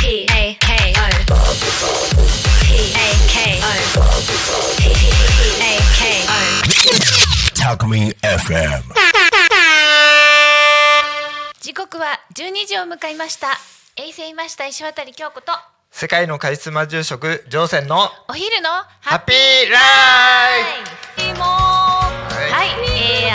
タコミン FM。 時刻は12時を迎えました。衛星いました石渡京子と世界のカリスマ住職乗船のお昼のハッピーライフ。 はい、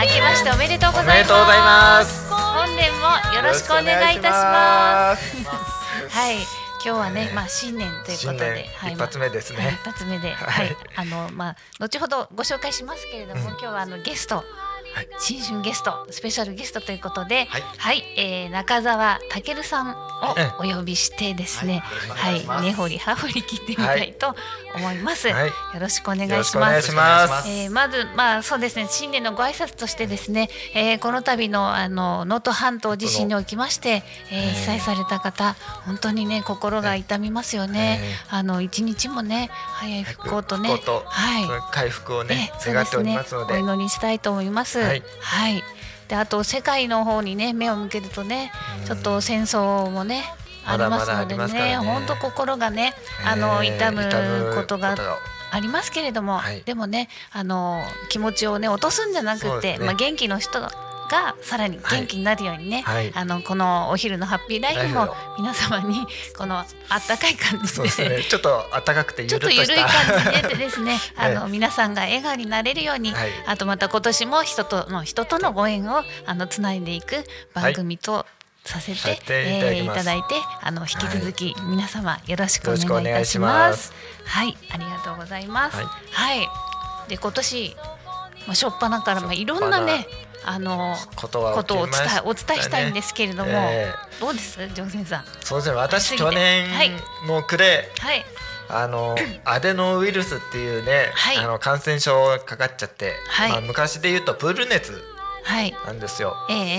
明けましておめでとうございます。 おめでとうございます。 本年もよろしくお願いいたします。はい、今日はね、新年ということで、 一発目ですね。 一発目で、後ほどご紹介しますけれども、今日はゲスト、新春ゲスト、スペシャルゲストということで、中澤健さんをお呼びしてですね、根掘り葉掘り聞いてみたいと思います。よろしくお願いします。まずそうですね、新年のご挨拶としてですね、この度の能登半島地震におきまして、被災された方、本当にね心が痛みますよね。一日もね早い復興とね、 回復をね願っておりますので、 お祈りしたいと思います。で、あと世界の方にね目を向けるとね、ちょっと戦争もねありますのでね、本当心がね痛むことがありますけれども、でもね気持ちをね落とすんじゃなくて、元気の人がさらに元気になるようにね、このお昼のハッピーライフも皆様にこのあったかい感じで、 ちょっと暖かくてゆるっとしたちょっと緩い感じでですね皆さんが笑顔になれるように、あとまた今年も人とのご縁をつないでいく番組とさせていただいて、引き続き皆様よろしくお願いいたします。はい、ありがとうございます。で、今年初っ端からいろんなねことをお伝えしたいんですけれども、どうです乗船さん。 そうですね、私去年の暮れ、アデノウイルスっていうね、感染症かかっちゃって、昔で言うとプール熱なんですよ。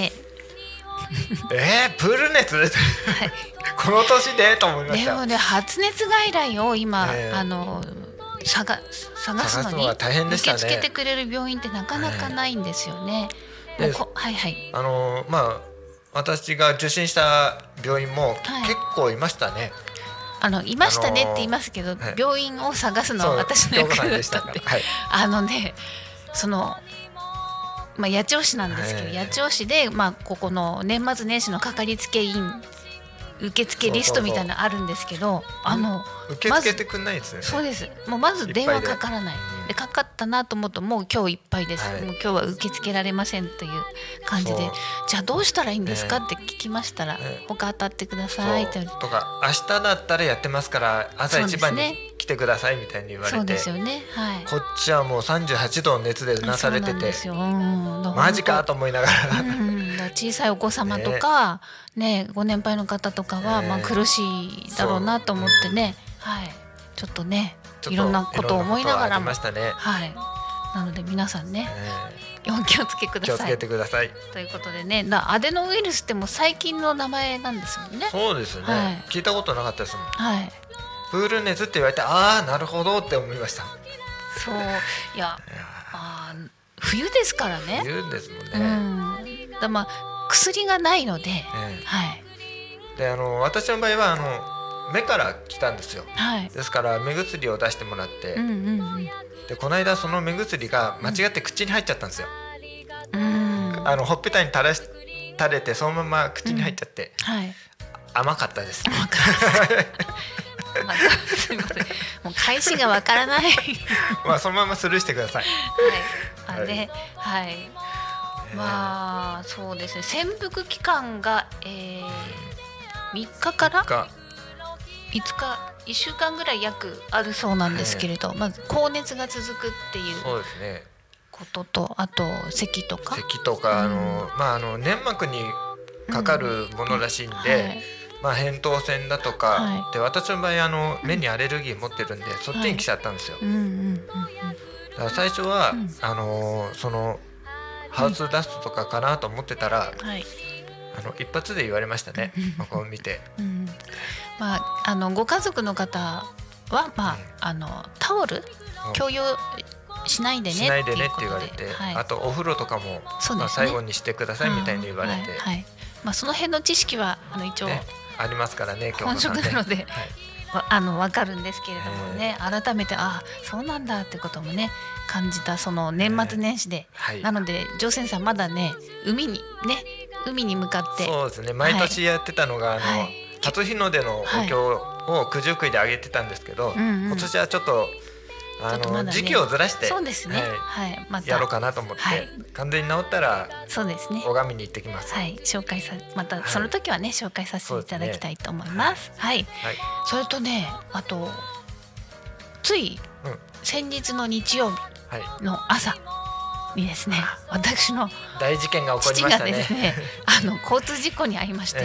プール熱この年でと思いました。 でもね、発熱外来を今探すのに大変でしたね。 受け付けてくれる病院ってなかなかないんですよね。 私が受診した病院も結構いましたね。 いましたねって言いますけど、病院を探すのは私の役でしたって。八千代市なんですけど、八千代市でここの年末年始のかかりつけ医受付リストみたいなのあるんですけど、 受け付けてくんないですね。 そうです。もうまず電話かからないで、かかったなと思うともう今日いっぱいです、もう今日は受け付けられませんという感じで、じゃあどうしたらいいんですかって聞きましたら、他当たってくださいってとか、明日だったらやってますから朝一番に来てくださいみたいに言われて、 そうですよね、 こっちはもう38度の熱でうなされてて、マジかと思いながら小さいお子様とか、ご年配の方とかは苦しいだろうなと思ってね、ちょっとねいろんなことを思いながらも、なので皆さんね、お気をつけください。 気をつけてください。 ということでね、アデノウイルスってもう最近の名前なんですもんね。 そうですね、聞いたことなかったですもん。プール熱って言われて、なるほどって思いました。 そう、いや冬ですからね。 冬ですもんね。 薬がないので、 で私の場合は目から来たんですよ。ですから目薬を出してもらって、でこの間その目薬が間違って口に入っちゃったんですよ。ほっぺたに垂れてそのまま口に入っちゃって、甘かったです。 すみません、もう返しがわからないそのままスルーしてください。 そうですね、潜伏期間が、3日から5日1週間ぐらい約あるそうなんですけれど、まず高熱が続くっていうことと、あと咳とか粘膜にかかるものらしいんで、扁桃腺だとか、で私の場合目にアレルギー持ってるんで、そっちに来ちゃったんですよ。だから最初は、そのハウスダストとかかなと思ってたら、一発で言われましたね。こう見て、 ご家族の方は、タオル共有しないでねって言われて、あとお風呂とかも、最後にしてくださいみたいに言われて、 その辺の知識は一応ありますからね、 本職なので、分かるんですけれどもね、改めてそうなんだってこともね感じたその年末年始で、なので乗船さんまだね海に向かって、 そうですね、毎年やってたのが、初日の出のお経を九十九里であげてたんですけど、今年はちょっと時期をずらしてそうですね、 やろうかなと思って、完全に治ったらそうですね、 拝みに行ってきます。 またその時はね紹介させていただきたいと思います。それとね、あとつい先日の日曜日の朝にですね、私の大事件が起こりましたね。 父がですね交通事故に遭いまして、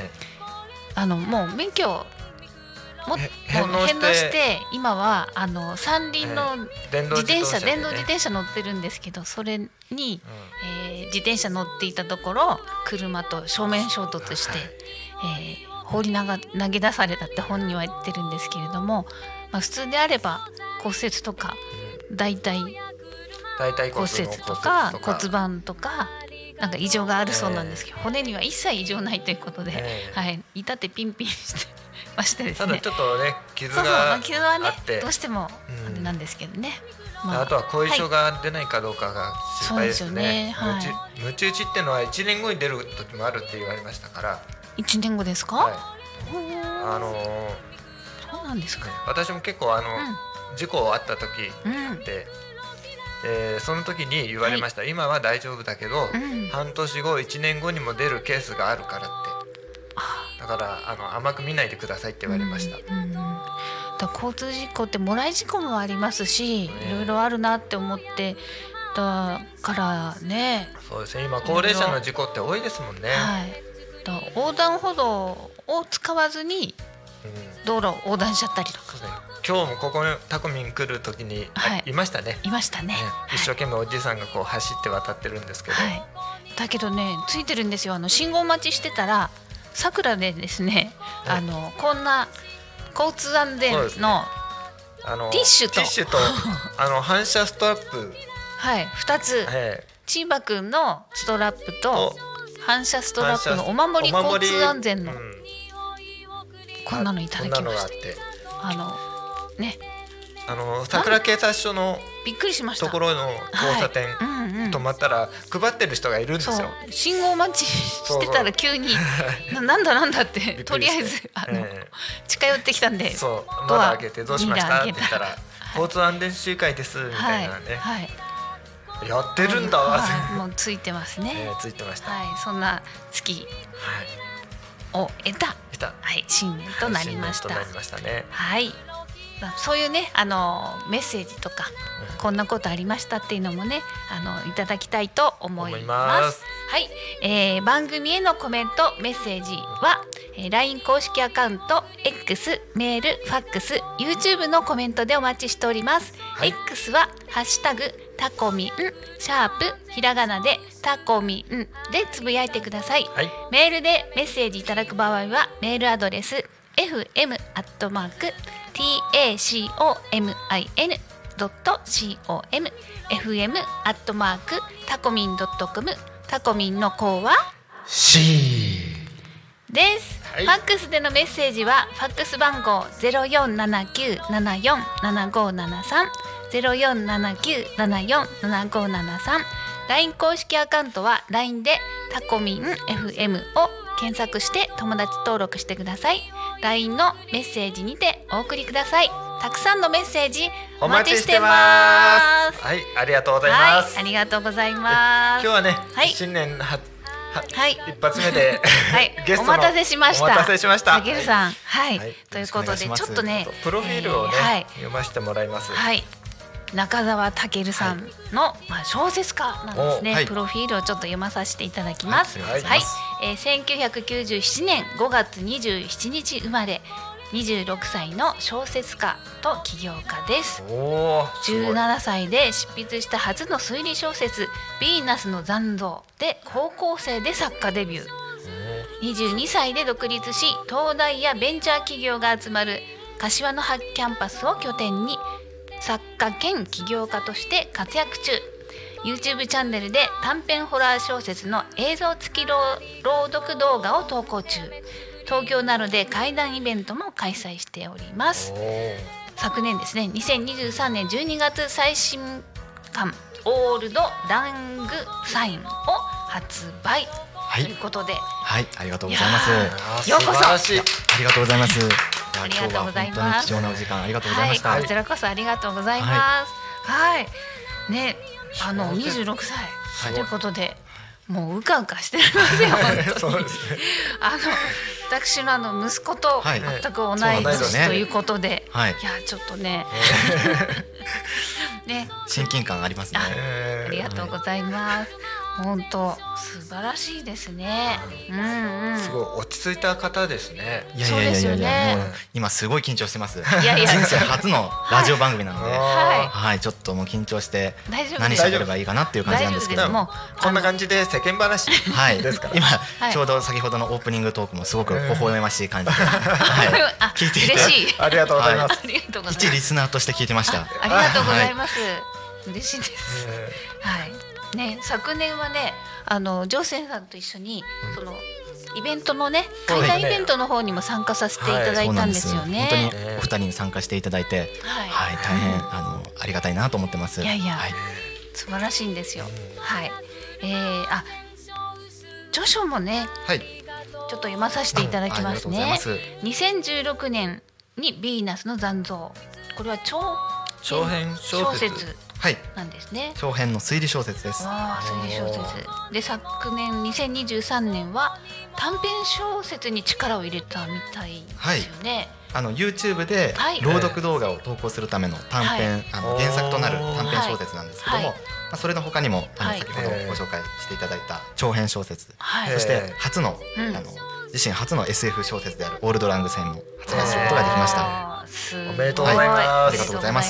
もう免許を返納して今は三輪の電動自転車乗ってるんですけど、それに、自転車乗っていたところ車と正面衝突して、放り投げ出されたって本人は言ってるんですけれども、普通であれば骨折とか大腿骨折とか骨盤とかなんか異常があるそうなんですけど、骨には一切異常ないということで、至ってピンピンしてましてですね。 ただちょっとね傷があってどうしてもあれなんですけどね、 あとは後遺症が出ないかどうかが心配ですね。ムチ打ちってのは1年後に出る時もあるって言われましたから。 1年後ですか？ そうなんですか。私も結構事故あった時で、その時に言われました、今は大丈夫だけど、半年後1年後にも出るケースがあるからって、だから甘く見ないでくださいって言われました。 交通事故ってもらい事故もありますし、いろいろあるなって思ってだからね。 そうですね、今高齢者の事故って多いですもんね。 横断歩道を使わずに道路を横断しちゃったりとか、 今日もここにタコミン来る時にいましたね。一生懸命おじいさんがこう走って渡ってるんですけど、 だけどねついてるんですよ。信号待ちしてたら桜でですね、こんな交通安全のティッシュと反射ストラップ 2つ、千葉くんのストラップと反射ストラップのお守り、交通安全のこんなのいただきました。 桜警察署のびっくりしましたところの交差点止まったら配ってる人がいるんですよ。 信号待ちしてたら急になんだってとりあえず近寄ってきたんで、 窓開けてどうしましたって言ったら交通安全集会ですみたいなね、やってるんだわ。 もうついてますね。 ついてました。 そんな月を得た新年となりました。そういうねメッセージとか、こんなことありましたっていうのもねいただきたいと思います。番組へのコメントメッセージは、LINE 公式アカウント X、メール、ファックス、YouTube のコメントでお待ちしております。X はハッシュタグタコミン#ひらがなでタコミンでつぶやいてください。メールでメッセージいただく場合はメールアドレスfm@tacomin.com fm@tacomin.com タコミンの項は C です。ファックスでのメッセージはファックス番号 0479747573 0479747573 LINE 公式アカウントは LINE でタコミン FM を検索して友達登録してください。 LINE のメッセージにてお送りください。たくさんのメッセージお待ちしてます。 ありがとうございます。 ありがとうございます。 今日はね、新年一発目でゲストのお待たせしましたたけるさん、ということでちょっとねプロフィールをね読ませてもらいます。 中澤健さんの小説家なんですね。プロフィールをちょっと読まさせていただきます。1997年5月27日生まれ、26歳の小説家と起業家です。17歳で執筆した初の推理小説ヴィーナスの残像で高校生で作家デビュー。22歳で独立し、東大やベンチャー企業が集まる柏の葉キャンパスを拠点に作家兼起業家として活躍中。 YouTube チャンネルで短編ホラー小説の映像付き朗読動画を投稿中。 東京などで怪談イベントも開催しております。昨年ですね、2023年12月最新刊オールドラングサインを発売、ということで、 はい、ありがとうございます。 ようこそ。 ありがとうございます。 ありがとうございます。 今日は本当に貴重なお時間ありがとうございました。 こちらこそありがとうございます。はい、ね、26歳ということで、もううかうかしてますよ。 そうですね。 私の息子と全く同い年ということで、いやちょっとね、ね、 親近感ありますね。 ありがとうございます。本当素晴らしいですね。 すごい落ち着いた方ですね。 いや、もう今すごい緊張してます。 いや人生初のラジオ番組なので、はい、ちょっともう緊張して何喋ればいいかなっていう感じなんですけども、 こんな感じで世間話ですから。 今ちょうど先ほどのオープニングトークもすごく微笑ましい感じで聞いていて、 嬉しい。 ありがとうございます。 一リスナーとして聞いてました。 ありがとうございます。嬉しいです。はい。ね、昨年はね、ジョーセンさんと一緒にそのイベントのね、怪談イベントの方にも参加させていただいたんですよね。 本当にお二人に参加していただいて、はい、大変ありがたいなと思ってます。 いや、素晴らしいんですよ。はい。著書もね、ちょっと読まさせていただきますね。2016年にヴィーナスの残像、これは長編小説なんですね。 長編の推理小説です。 推理小説で、昨年2023年は短編小説に力を入れたみたいですよね。 YouTube で朗読動画を投稿するための短編、原作となる短編小説なんですけども、それの他にも先ほどご紹介していただいた長編小説、そして初の自身初の SF 小説であるオールドラングサインも発売することができました。 おめでとうございます。 ありがとうございます。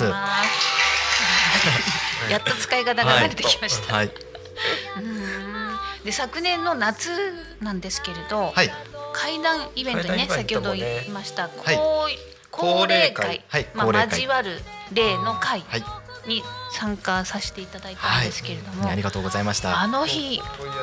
やっと使い方が慣れてきました。で、昨年の夏なんですけれど、怪談イベントにね、先ほど言いました高齢会、交わる霊の会に参加させていただいたんですけれども、 ありがとうございました。 あの日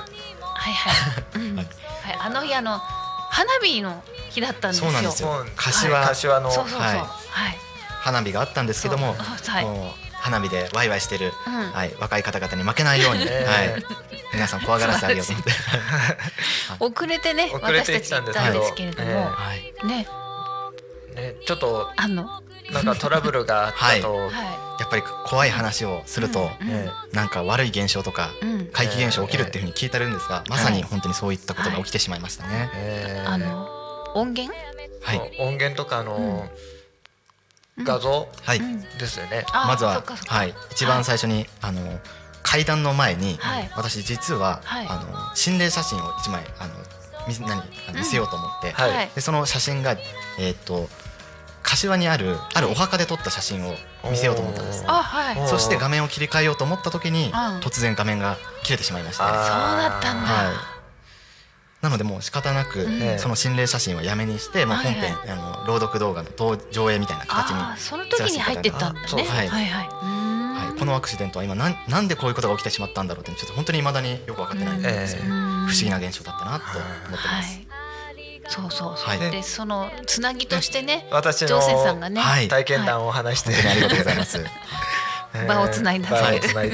花火の日だったんですよ。 そうなんですよ。柏の花火があったんですけども、花火でワイワイしてる若い方々に負けないように、皆さん怖がらせてあげようと思って、 遅れてね、私たち行ったんですけれども、ね、 ちょっとなんかトラブルがあったと、 やっぱり怖い話をするとなんか悪い現象とか怪奇現象起きるっていうふうに聞いてるんですが、まさに本当にそういったことが起きてしまいましたね。 音源とか画像ですよね。 まずは一番最初に階段の前に私実は心霊写真を一枚みんなに見せようと思って、でその写真が柏にあるお墓で撮った写真を見せようと思ったんです。そして画面を切り替えようと思った時に突然画面が切れてしまいました。 そうだったんだ。 なのでもう仕方なくその心霊写真はやめにして、もう本編朗読動画の上映みたいな形にその時に入ってったんだね。 このアクシデントは今なんでこういうことが起きてしまったんだろうってちょっと本当に未だによく分かってないんですよ。不思議な現象だったなと思ってます。 そうで、そのつなぎとしてね、 私の体験談を話して、 ありがとうございます。 場をつないだという。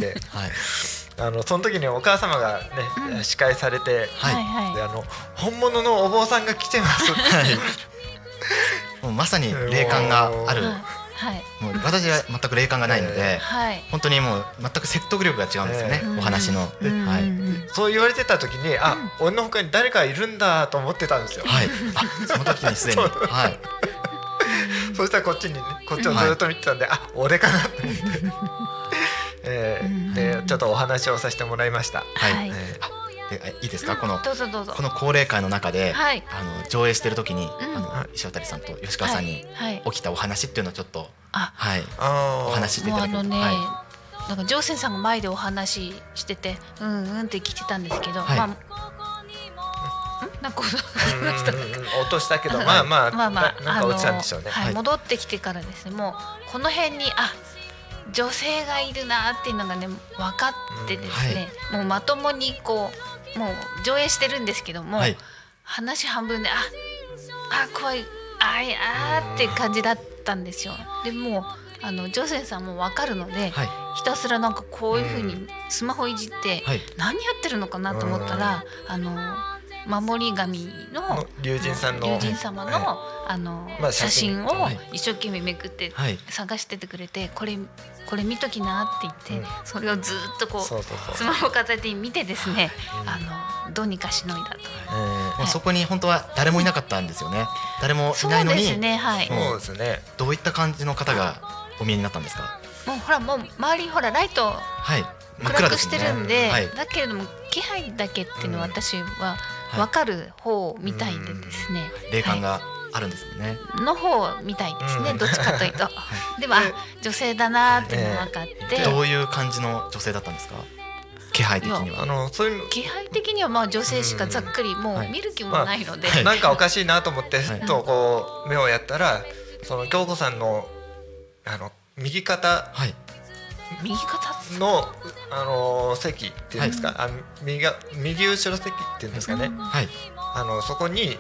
その時にお母様がね司会されて、本物のお坊さんが来てます。 もうまさに霊感がある。もう私は全く霊感がないので、本当にもう全く説得力が違うんですよね、お話の。 そう言われてた時に、俺の他に誰かいるんだと思ってたんですよ。 その時にすでに。 そしたらこっちをずっと見てたんで、俺かなと思って。でちょっとお話をさせてもらいました。 いいですか、この高齢会の中で上映してる時に石渡さんと吉川さんに起きたお話っていうのをちょっとお話ししていただけると。 なんかジョーセンさんが前でお話ししててって聞いてたんですけど、なんか落としたけどなんか落ちたんでしょうね。 戻ってきてからですね、もうこの辺に女性がいるなっていうのがね分かってですね、もうまともにもう上映してるんですけども、話半分で怖いって感じだったんですよ。でもジョセンさんも分かるので、ひたすらなんかこういう風にスマホいじって何やってるのかなと思ったら、守り神の龍神さんの龍神様の写真を一生懸命めくって探しててくれて、これ見ときなって言って、それをずっとこうスマホ片手に見てですね、どうにかしのいだと。 そこに本当は誰もいなかったんですよね。誰もいないのに、 そうですね。 どういった感じの方がお見えになったんですか？ もう周りライト暗くしてるんで、だけれども気配だけっていうのは私は分かる方みたいでですね、 霊感があるんですよね。 の方みたいですね、どっちかというと。でも女性だなっていうのが分かって。 どういう感じの女性だったんですか？気配的には。 気配的には女性しかざっくりもう見る気もないので、 なんかおかしいなと思ってふっとこう目をやったら、その京子さんの右肩の席っていうんですか、右後ろ席っていうんですかね、そこに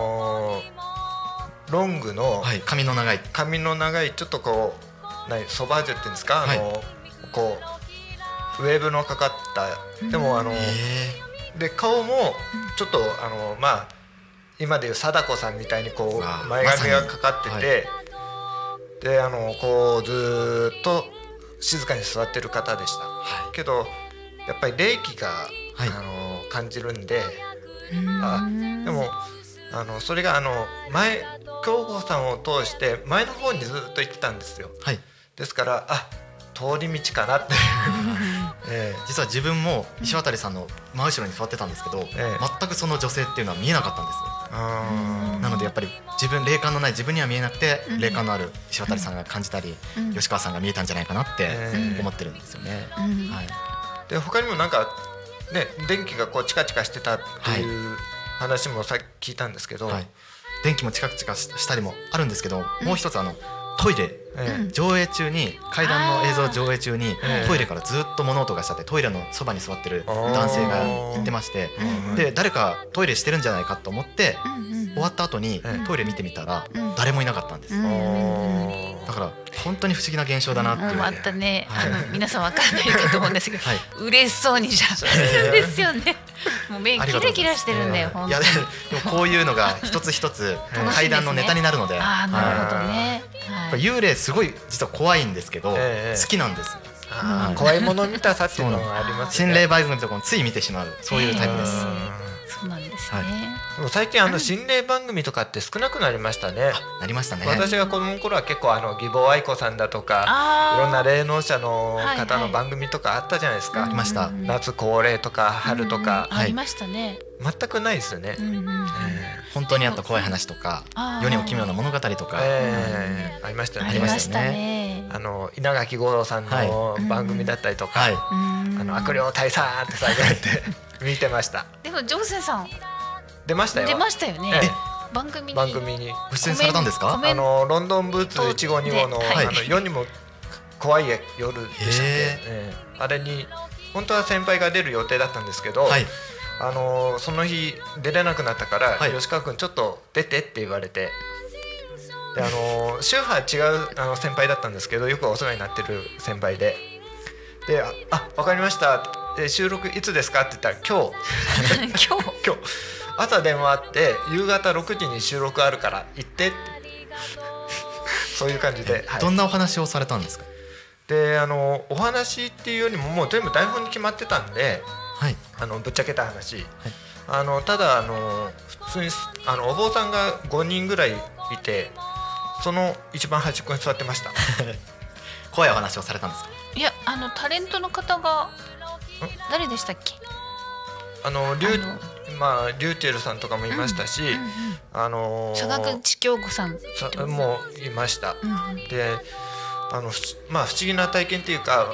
ロングの髪の長いちょっとこうソバージュっていうんですか、こうウェーブのかかったでもで顔もちょっと今でいう貞子さんみたいにこう前髪がかかってて、でこうずっと静かに座ってる方でした、けどやっぱり霊気が、感じるんで、でもそれが京子さんを通して前の方にずっと行ってたんですよ、ですから通り道かなって実は自分も石渡さんの真後ろに座ってたんですけど、全くその女性っていうのは見えなかったんですよ。なのでやっぱり霊感のない自分には見えなくて、霊感のある石渡さんが感じたり、吉川さんが見えたんじゃないかなって思ってるんですよね。 で他にもなんかね、電気がこうチカチカしてたっていう話もさっき聞いたんですけど、 電気もチカチカしたりもあるんですけど、もう一つトイレ上映中に、階段の映像上映中にトイレからずっと物音がしたって、トイレのそばに座ってる男性が言ってまして、で誰かトイレしてるんじゃないかと思って終わった後にトイレ見てみたら誰もいなかったんです。だから本当に不思議な現象だなっていう。 またね、皆さん分かんないかと思うんですけど、嬉しそうにしゃべるんですよね。もう目キラキラしてるんだよ。 いやでもこういうのが一つ一つ階段のネタになるので。 なるほどね。 幽霊すごい実は怖いんですけど、好きなんです。 怖いもの見たさっていうのがありますね。 心霊番組とかもつい見てしまう、そういうタイプです。 そうなんですね。 でも最近心霊番組とかって少なくなりましたね。 なりましたね。 私が子供の頃は結構義母愛子さんだとかいろんな霊能者の方の番組とかあったじゃないですか。 ありました。 夏恒例とか春とかありましたね。 全くないですよね。 本当にあった怖い話とか世にも奇妙な物語とかありましたね。 ありましたね。 稲垣吾郎さんの番組だったりとか、悪霊退散って最後やって見てました。 でもジョーセンさん出ましたよ。 出ましたよね。番組にご出演されたんですか？ ロンドンブーツ1号2号の世にも怖い夜でしたっけ。あれに本当は先輩が出る予定だったんですけど、その日出れなくなったから、吉川君ちょっと出てって言われて、で宗派は違う先輩だったんですけど、よくお世話になってる先輩で、分かりました、収録いつですかって言ったら今日朝電話あって、夕方6時に収録あるから行ってってそういう感じで、 どんなお話をされたんですか？ でお話っていうよりももう全部台本に決まってたんで、ぶっちゃけた話、ただ普通にお坊さんが5人ぐらいいて、その一番端っこに座ってました。 怖いお話をされたんですか？ いやタレントの方が誰でしたっけ？ リューチェルさんとかもいましたし、 佐賀口京子さんもいました。で不思議な体験っていうか、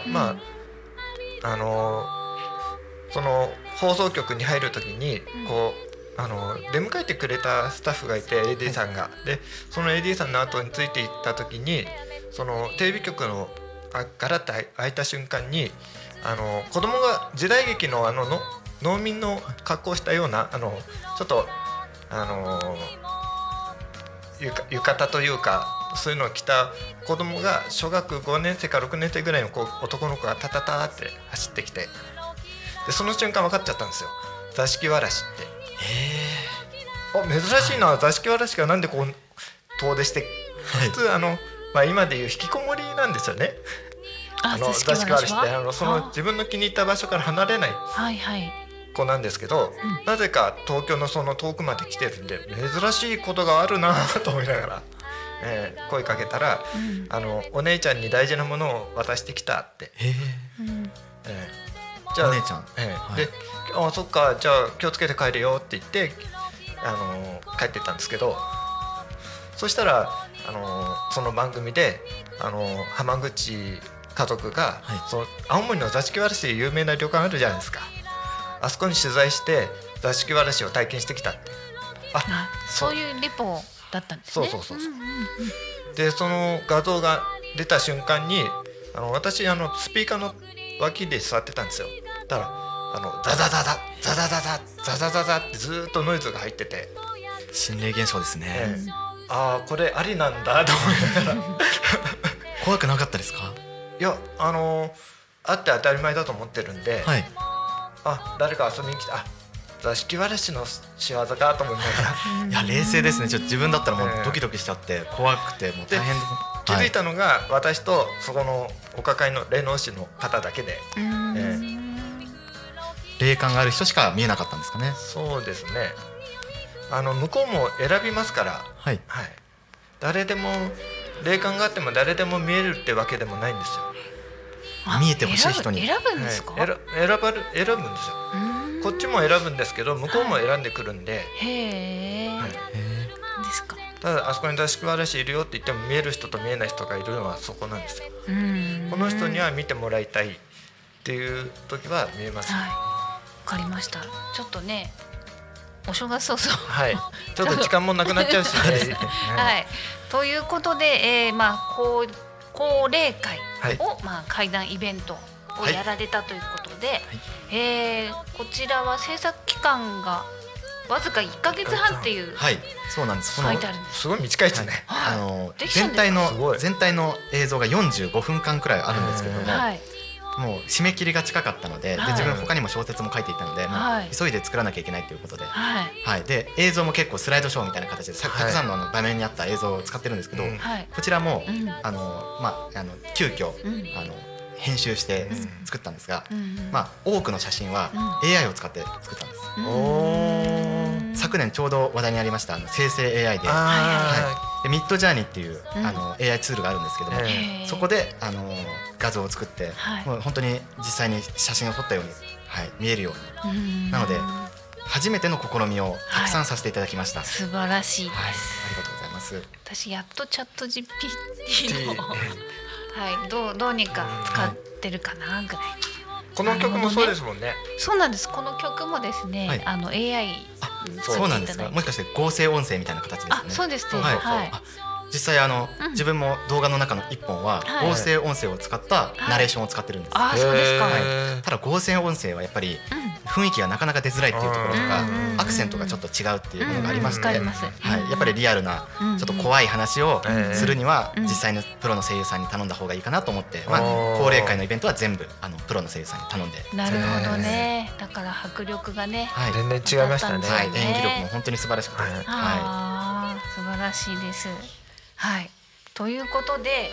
その放送局に入る時にこう出迎えてくれたスタッフがいて、AD さんが、でその AD さんの後についていった時に、そのテレビ局のガラッと開いた瞬間に子供が時代劇の農民の格好をしたようなちょっと浴衣というかそういうのを着た子供が小学5年生か6年生ぐらいの男の子がタタタって走ってきて、でその瞬間分かっちゃったんですよ、座敷わらしって。珍しいな、座敷わらしがなんでこう遠出して、普通今でいう引きこもりなんですよね。座敷わらしってその自分の気に入った場所から離れない子なんですけど、なぜか東京のその遠くまで来てるんで珍しいことがあるなと思いながら、声かけたら、お姉ちゃんに大事なものを渡してきたって。じゃあお姉ちゃん、でそっか、じゃあ気をつけて帰るよって言って帰ってったんですけど、そしたらその番組で浜口家族が、その青森の座敷わらしで有名な旅館あるじゃないですか、あそこに取材して座敷わらしを体験してきたって。 そういうレポだったんですね。 そうでその画像が出た瞬間に私スピーカーの脇で座ってたんですよ。だからザザザザザザザザザザザザってずっとノイズが入ってて、 心霊現象ですね。 これありなんだと思いながら怖くなかったですか？ いやあって当たり前だと思ってるんで、誰か遊びに来た、座敷わらしの仕業かと思いながらいや冷静ですね。ちょっと自分だったらもうドキドキしちゃって怖くてもう大変で、 気づいたのが私とそこのお抱えの霊能師の方だけで、 霊感がある人しか見えなかったんですかね。 そうですね。向こうも選びますから、誰でも霊感があっても誰でも見えるってわけでもないんですよ。 見えてほしい人に選ぶんですか？ 選ぶんですよ。こっちも選ぶんですけど向こうも選んでくるんで、 ですか。 ただあそこに座敷わらしいるよって言っても見える人と見えない人がいるのはそこなんですよ。この人には見てもらいたいっていう時は見えます。 わかりました。ちょっっとねお正月早々 ちょっと時間もなくなっちゃうしねということで、高齢会を、怪談イベントをやられたということで、こちらは制作期間がわずか1ヶ月半っていうそうなんです。 書いてあるんです。 すごい短いですね。 全体の映像が45分間くらいあるんですけども、もう締め切りが近かったので、自分他にも小説も書いていたので、急いで作らなきゃいけないということで、で映像も結構スライドショーみたいな形でたくさんの場面にあった映像を使ってるんですけど、こちらも急遽編集して作ったんですが、多くの写真は AI を使って作ったんです。昨年ちょうど話題にありました生成 AI でミッドジャーニーっていうAI ツールがあるんですけども、そこで画像を作って、もう本当に実際に写真を撮ったように見えるように、なので初めての試みをたくさんさせていただきました。 素晴らしいです。 ありがとうございます。 私やっとチャット GPT のどうにか使ってるかなぐらい。 この曲もそうですもんね。 そうなんです。この曲もですね、AI そうなんですか。もしかして合成音声みたいな形ですね。 そうですね。 実際自分も動画の中の一本は合成音声を使ったナレーションを使ってるんです。 そうですか。 ただ合成音声はやっぱり雰囲気がなかなか出づらいっていうところとか、アクセントがちょっと違うっていうものがありまして、やっぱりリアルなちょっと怖い話をするには実際のプロの声優さんに頼んだ方がいいかなと思って、高齢会のイベントは全部プロの声優さんに頼んで。 なるほどね。だから迫力がね全然違いましたね。 演技力も本当に素晴らしくて、 素晴らしいです。ということで、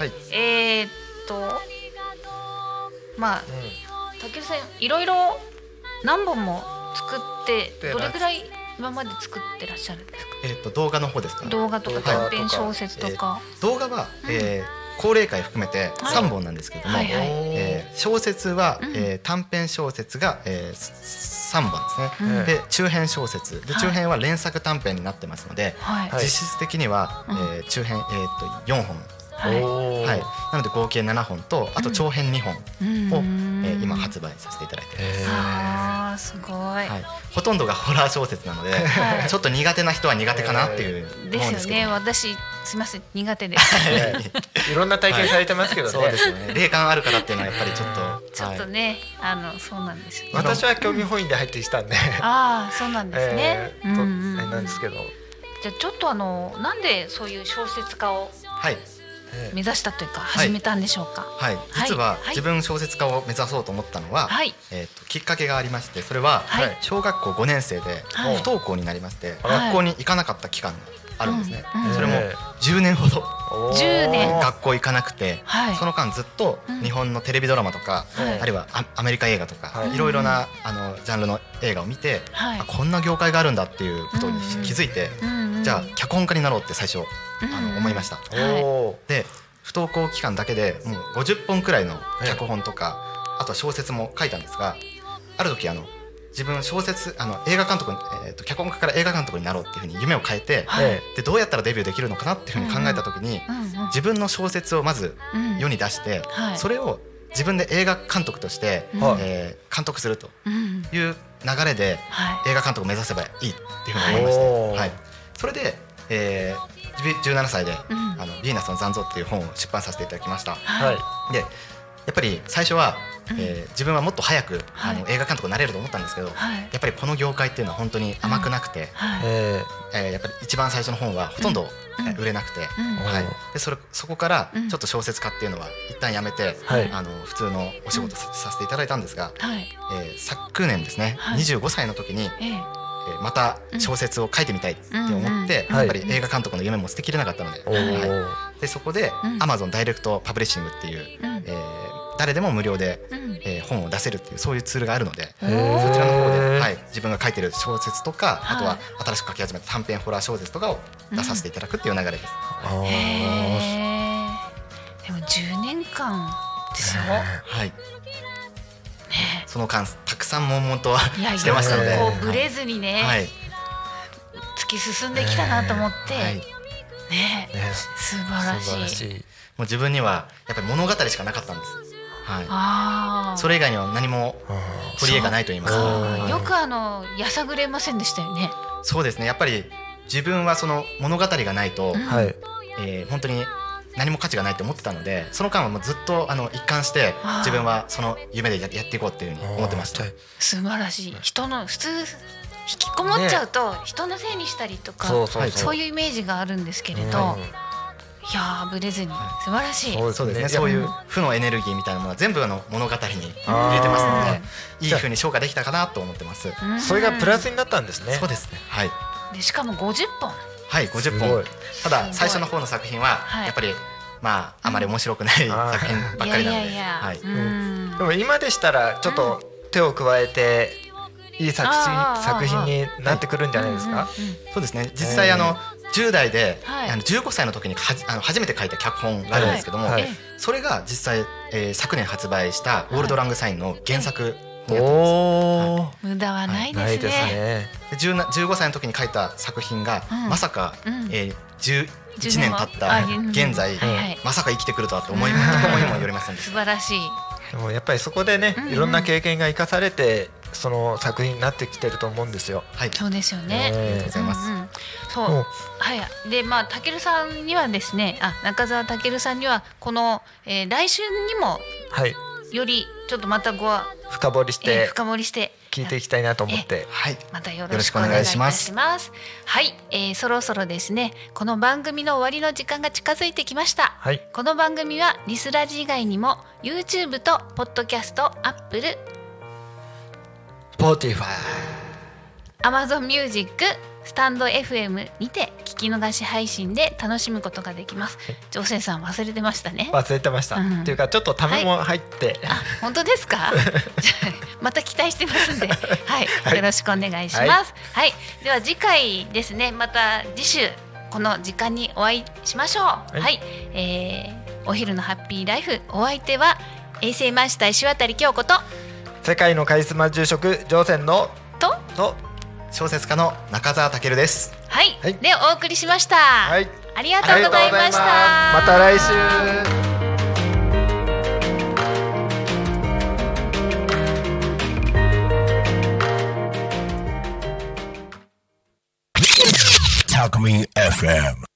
たけるさんいろいろ何本も作ってどれぐらい今まで作ってらっしゃるんですか？ 動画の方ですか？ 動画とか短編小説とか。 動画は高齢会含めて3本なんですけども、小説は短編小説が3本ですね。で中編小説で、中編は連作短編になってますので、実質的には中編4本、なので合計7本と、あと長編2本を今発売させていただいてます。すごい。 ほとんどがホラー小説なので、ちょっと苦手な人は苦手かなっていう思うんですけど。 ですよね。私すみません、苦手です。 いろんな体験されてますけどね。 そうですね。霊感ある方っていうのはやっぱりちょっとね、そうなんですよ。 私は興味本位で入ってきたんで。 そうなんですね。 なんですけど。 じゃあちょっとなんでそういう小説家を目指したというか始めたんでしょうか。 はい、実は自分小説家を目指そうと思ったのは、きっかけがありまして、それは小学校5年生で不登校になりまして、学校に行かなかった期間があるんですね。それも10年ほど学校行かなくて、その間ずっと日本のテレビドラマとか、あるいはアメリカ映画とかいろいろなジャンルの映画を見て、こんな業界があるんだっていうことに気づいて、じゃあ脚本家になろうって最初思いました。で不登校期間だけでもう50本くらいの脚本とか、あとは小説も書いたんですが、ある時自分小説映画監督、脚本家から映画監督になろうっていうふうに夢を変えて、でどうやったらデビューできるのかなっていうふうに考えた時に、自分の小説をまず世に出して、それを自分で映画監督として、監督するという流れで、映画監督を目指せばいいっていうふうに思いまして、それで、17歳でヴィーナスの残像っていう本を出版させていただきました。でやっぱり最初は自分はもっと早く映画監督になれると思ったんですけど、やっぱりこの業界っていうのは本当に甘くなくて、やっぱり一番最初の本はほとんど売れなくて、でそこからちょっと小説家っていうのは一旦やめて、普通のお仕事させていただいたんですが、昨年ですね、25歳の時にまた小説を書いてみたいって思って、やっぱり映画監督の夢も捨てきれなかったので、でそこで Amazon ダイレクトパブリッシングっていう誰でも無料で本を出せるっていうそういうツールがあるので、そちらの方で自分が書いてる小説とか、あとは新しく書き始めた短編ホラー小説とかを出させていただくっていう流れです。 でも10年間ですよ。 その間たくさん悶々としてましたので、 ブレずにね、突き進んできたなと思って、素晴らしい。 もう自分にはやっぱり物語しかなかったんです。それ以外には何も取り柄がないと言いますか。 よくやさぐれませんでしたよね。 そうですね。やっぱり自分はその物語がないと、本当に何も価値がないと思ってたので、その間はもうずっと一貫して自分はその夢でやっていこうっていうふうに思ってました。 素晴らしい。人の普通引きこもっちゃうと人のせいにしたりとか、そういうイメージがあるんですけれど、いやぶれずに素晴らしい。 そうですね。そういう負のエネルギーみたいなものは全部物語に入れてますので、いい風に消化できたかなと思ってます。 それがプラスになったんですね。 そうですね。 でしかも50本。 50本。ただ最初の方の作品はやっぱりあまり面白くない作品ばっかりなので、 でも今でしたらちょっと手を加えていい作品になってくるんじゃないですか。 そうですね。実際10代で15歳の時に初めて書いた脚本があるんですけども、それが実際昨年発売したオールドラングサインの原作になってます。 無駄はないですね。 15歳の時に書いた作品がまさか11年経った現在まさか生きてくるとはと思いもよりませんでした。 素晴らしい。 でもやっぱりそこでね、いろんな経験が生かされてその作品になってきてると思うんですよ。 そうですよね。 ありがとうございます。 でたけるさんにはですね、中澤たけるさんにはこの来週にもよりちょっとまた深掘りして聞いていきたいなと思って、 またよろしくお願いします。そろそろですね、この番組の終わりの時間が近づいてきました。この番組はリスラジ以外にも YouTube とポッドキャスト、Apple、 Spotify、 Amazon Music、スタンド FM にて聞き逃し配信で楽しむことができます。常生さん忘れてましたね。 忘れてました。っていうかちょっとためも入って。 本当ですか？また期待してますんで、よろしくお願いします。では次回ですね、また次週この時間にお会いしましょう。お昼のハッピーライフ、お相手は衛星マスター石渡京子と世界のカリスマ住職常泉のと小説家の中澤健です。 でお送りしました。ありがとうございました。 また来週。 Talk Me FM